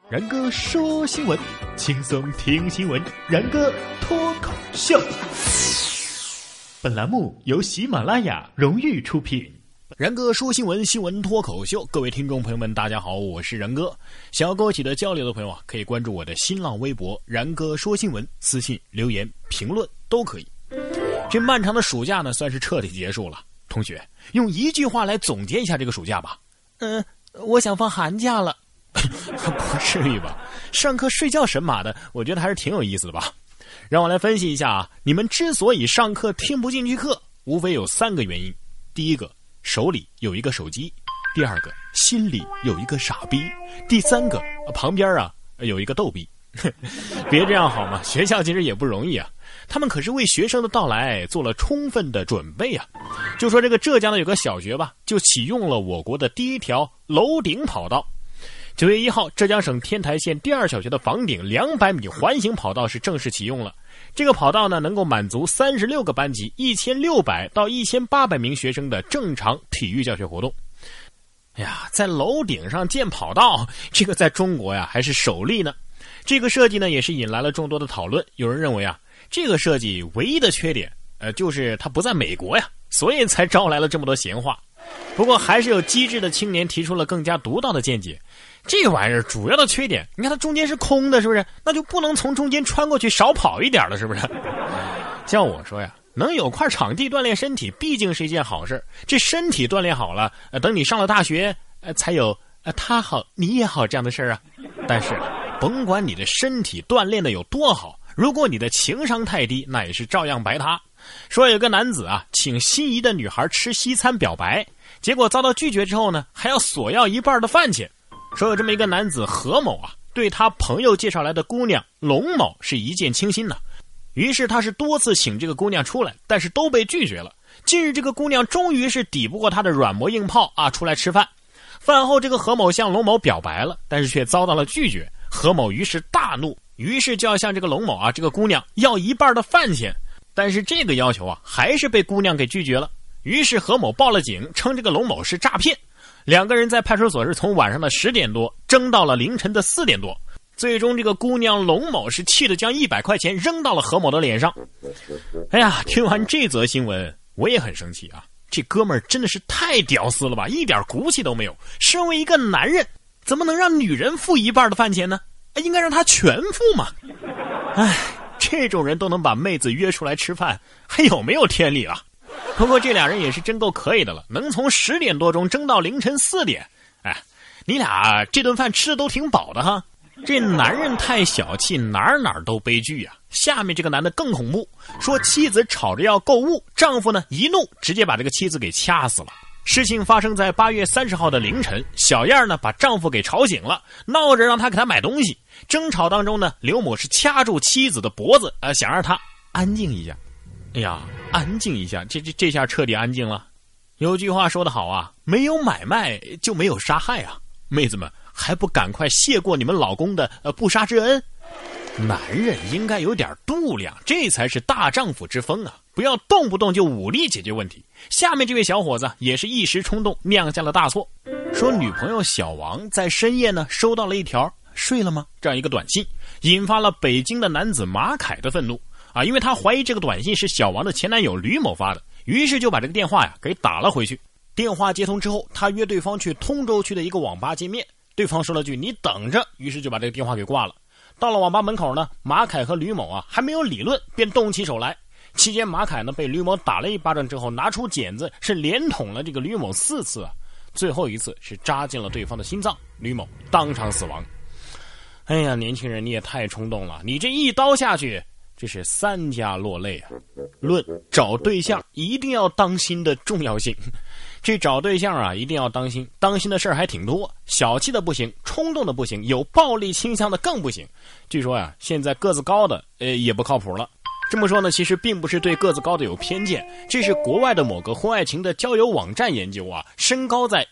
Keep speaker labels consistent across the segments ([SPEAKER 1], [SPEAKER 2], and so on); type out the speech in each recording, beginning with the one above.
[SPEAKER 1] 然哥说新闻，轻松听新闻，然哥脱口秀。本栏目由喜马拉雅荣誉出品。然哥说新闻，新闻脱口秀。各位听众朋友们，大家好，我是然哥。想要跟我取得交流的朋友啊，可以关注我的新浪微博然哥说新闻，私信留言评论都可以。这漫长的暑假呢，算是彻底结束了。同学，用一句话来总结一下这个暑假吧。我想放寒假了。不至于吧，上课睡觉神马的，我觉得还是挺有意思的吧。让我来分析一下啊，你们之所以上课听不进去课，无非有3个原因。第一个，手里有一个手机；第二个，心里有一个傻逼；第三个，旁边啊有一个逗逼。别这样好吗？学校其实也不容易啊，他们可是为学生的到来做了充分的准备啊。就说这个浙江的有个小学吧，就启用了我国的第一条楼顶跑道。9月1号，浙江省天台县第2小学的房顶200米环形跑道是正式启用了。这个跑道呢，能够满足36个班级1600到1800名学生的正常体育教学活动。哎呀，在楼顶上建跑道，这个在中国呀还是首例呢。这个设计呢，也是引来了众多的讨论。有人认为啊，这个设计唯一的缺点，就是它不在美国呀，所以才招来了这么多闲话。不过还是有机智的青年提出了更加独到的见解。这玩意儿主要的缺点，你看它中间是空的，是不是？那就不能从中间穿过去少跑一点了，是不是？像我说呀，能有块场地锻炼身体毕竟是一件好事。这身体锻炼好了，等你上了大学，才有他好你也好这样的事儿啊。但是甭管你的身体锻炼的有多好，如果你的情商太低，那也是照样白搭。说有个男子啊，请心仪的女孩吃西餐表白，结果遭到拒绝之后呢，还要索要一半的饭钱。说有这么一个男子何某啊，对他朋友介绍来的姑娘龙某是一见倾心呢。于是他是多次请这个姑娘出来，但是都被拒绝了。近日这个姑娘终于是抵不过他的软磨硬泡啊，出来吃饭。饭后这个何某向龙某表白了，但是却遭到了拒绝。何某于是大怒，于是就要向这个龙某啊，这个姑娘要一半的饭钱。但是这个要求啊，还是被姑娘给拒绝了。于是何某报了警，称这个龙某是诈骗。2个人在派出所是从晚上的10点多争到了凌晨的4点多，最终这个姑娘龙某是气得将100块钱扔到了何某的脸上。哎呀，听完这则新闻我也很生气啊，这哥们儿真的是太屌丝了吧，一点骨气都没有。身为一个男人，怎么能让女人付一半的饭钱呢？应该让他全付嘛。哎，这种人都能把妹子约出来吃饭，还有没有天理了？不过这俩人也是真够可以的了，能从10点多钟争到凌晨4点。哎，你俩这顿饭吃的都挺饱的哈。这男人太小气，哪都悲剧啊。下面这个男的更恐怖，说妻子吵着要购物，丈夫呢一怒直接把这个妻子给掐死了。事情发生在8月30号的凌晨，小燕呢把丈夫给吵醒了，闹着让他给他买东西。争吵当中呢，刘某是掐住妻子的脖子，想让他安静一下。哎呀，安静一下，这下彻底安静了。有句话说得好啊，没有买卖就没有杀害啊。妹子们还不赶快谢过你们老公的不杀之恩。男人应该有点度量，这才是大丈夫之风啊，不要动不动就武力解决问题。下面这位小伙子也是一时冲动酿下了大错。说女朋友小王在深夜呢收到了一条睡了吗这样一个短信，引发了北京的男子马凯的愤怒啊，因为他怀疑这个短信是小王的前男友吕某发的，于是就把这个电话呀给打了回去。电话接通之后，他约对方去通州区的一个网吧见面，对方说了句你等着，于是就把这个电话给挂了。到了网吧门口呢，马凯和吕某啊还没有理论便动起手来。期间马凯呢被吕某打了一巴掌之后，拿出剪子是连捅了这个吕某4次啊，最后一次是扎进了对方的心脏，吕某当场死亡。哎呀，年轻人你也太冲动了，你这一刀下去，这是3家落泪啊。论找对象一定要当心的重要性，这找对象啊一定要当心，当心的事儿还挺多，小气的不行，冲动的不行，有暴力倾向的更不行。据说呀，现在个子高的也不靠谱了。这么说呢，其实并不是对个子高的有偏见，这是国外的某个婚外情的交友网站研究啊，身高在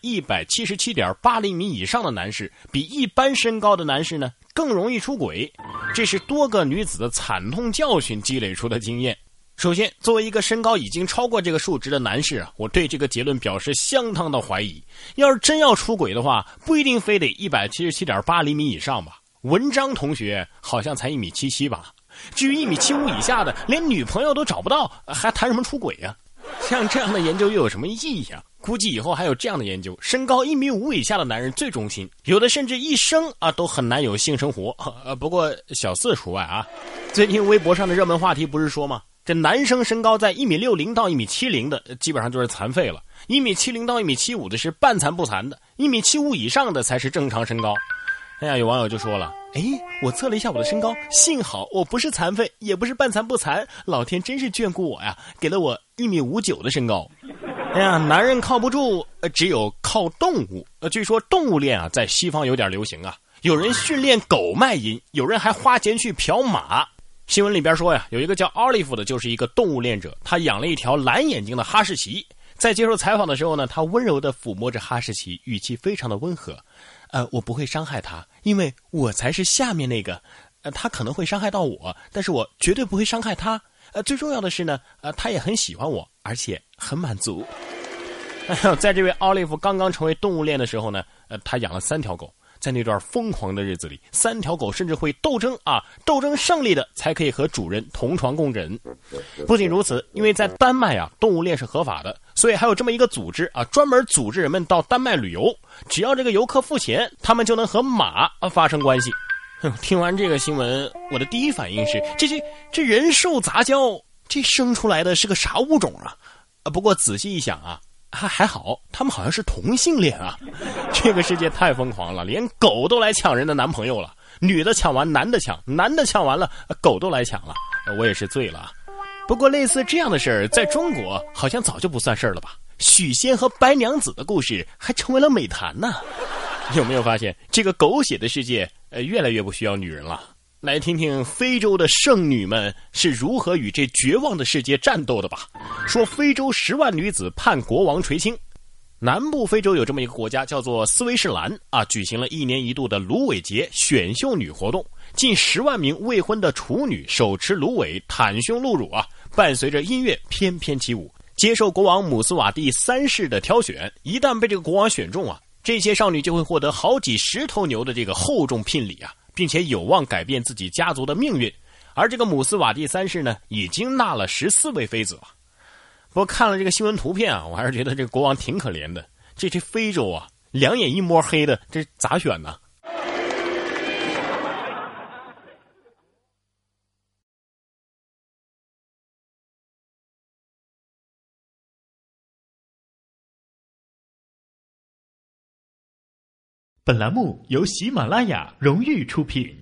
[SPEAKER 1] 177.8厘米以上的男士，比一般身高的男士呢更容易出轨，这是多个女子的惨痛教训积累出的经验。首先，作为一个身高已经超过这个数值的男士啊，我对这个结论表示相当的怀疑。要是真要出轨的话，不一定非得177.8厘米以上吧，
[SPEAKER 2] 文章同学好像才1.77米吧，至于1.75米以下的，连女朋友都找不到，还谈什么出轨呀？像这样的研究又有什么意义呀？估计以后还有这样的研究，身高1.5米以下的男人最忠心，有的甚至一生都很难有性生活。不过小4除外啊。最近微博上的热门话题不是说吗？这男生身高在1.60米到1.70米的，基本上就是残废了；1.70米到1.75米的是半残不残的；1.75米以上的才是正常身高。哎呀，有网友就说了，我测了一下我的身高，幸好我不是残废，也不是半残不残，老天真是眷顾我呀，给了我1.59米的身高。哎呀，男人靠不住，只有靠动物。据说动物恋在西方有点流行啊，有人训练狗卖淫，有人还花钱去嫖马。新闻里边说呀，有一个叫奥利弗的，就是一个动物恋者，他养了一条蓝眼睛的哈士奇。在接受采访的时候呢，他温柔地抚摸着哈士奇，语气非常的温和。我不会伤害他，因为我才是下面那个。他可能会伤害到我，但是我绝对不会伤害他。最重要的是呢，他也很喜欢我，而且很满足。在这位奥利弗刚刚成为动物恋的时候呢，他养了3条狗。在那段疯狂的日子里，3条狗甚至会斗争胜利的才可以和主人同床共枕。不仅如此，因为在丹麦动物恋是合法的，所以还有这么一个组织专门组织人们到丹麦旅游，只要这个游客付钱，他们就能和马发生关系。听完这个新闻，我的第一反应是，这人兽杂交，这生出来的是个啥物种啊？不过仔细一想还好，他们好像是同性恋啊！这个世界太疯狂了，连狗都来抢人的男朋友了，女的抢完男的抢，男的抢完了狗都来抢了，我也是醉了。不过类似这样的事儿，在中国好像早就不算事儿了吧？许仙和白娘子的故事还成为了美谈呢。有没有发现这个狗血的世界越来越不需要女人了？来听听非洲的圣女们是如何与这绝望的世界战斗的吧。说非洲10万女子盼国王垂青。南部非洲有这么一个国家叫做斯威士兰举行了1年1度的芦苇节选秀女活动，近10万名未婚的处女手持芦苇袒胸露乳伴随着音乐翩翩起舞，接受国王姆斯瓦蒂3世的挑选。一旦被这个国王选中这些少女就会获得好几10头牛的这个厚重聘礼并且有望改变自己家族的命运。而这个姆斯瓦蒂3世呢，已经纳了14位妃子了。不过看了这个新闻图片我还是觉得这个国王挺可怜的。这非洲两眼一摸黑的，这咋选呢？
[SPEAKER 1] 本栏目由喜马拉雅荣誉出品。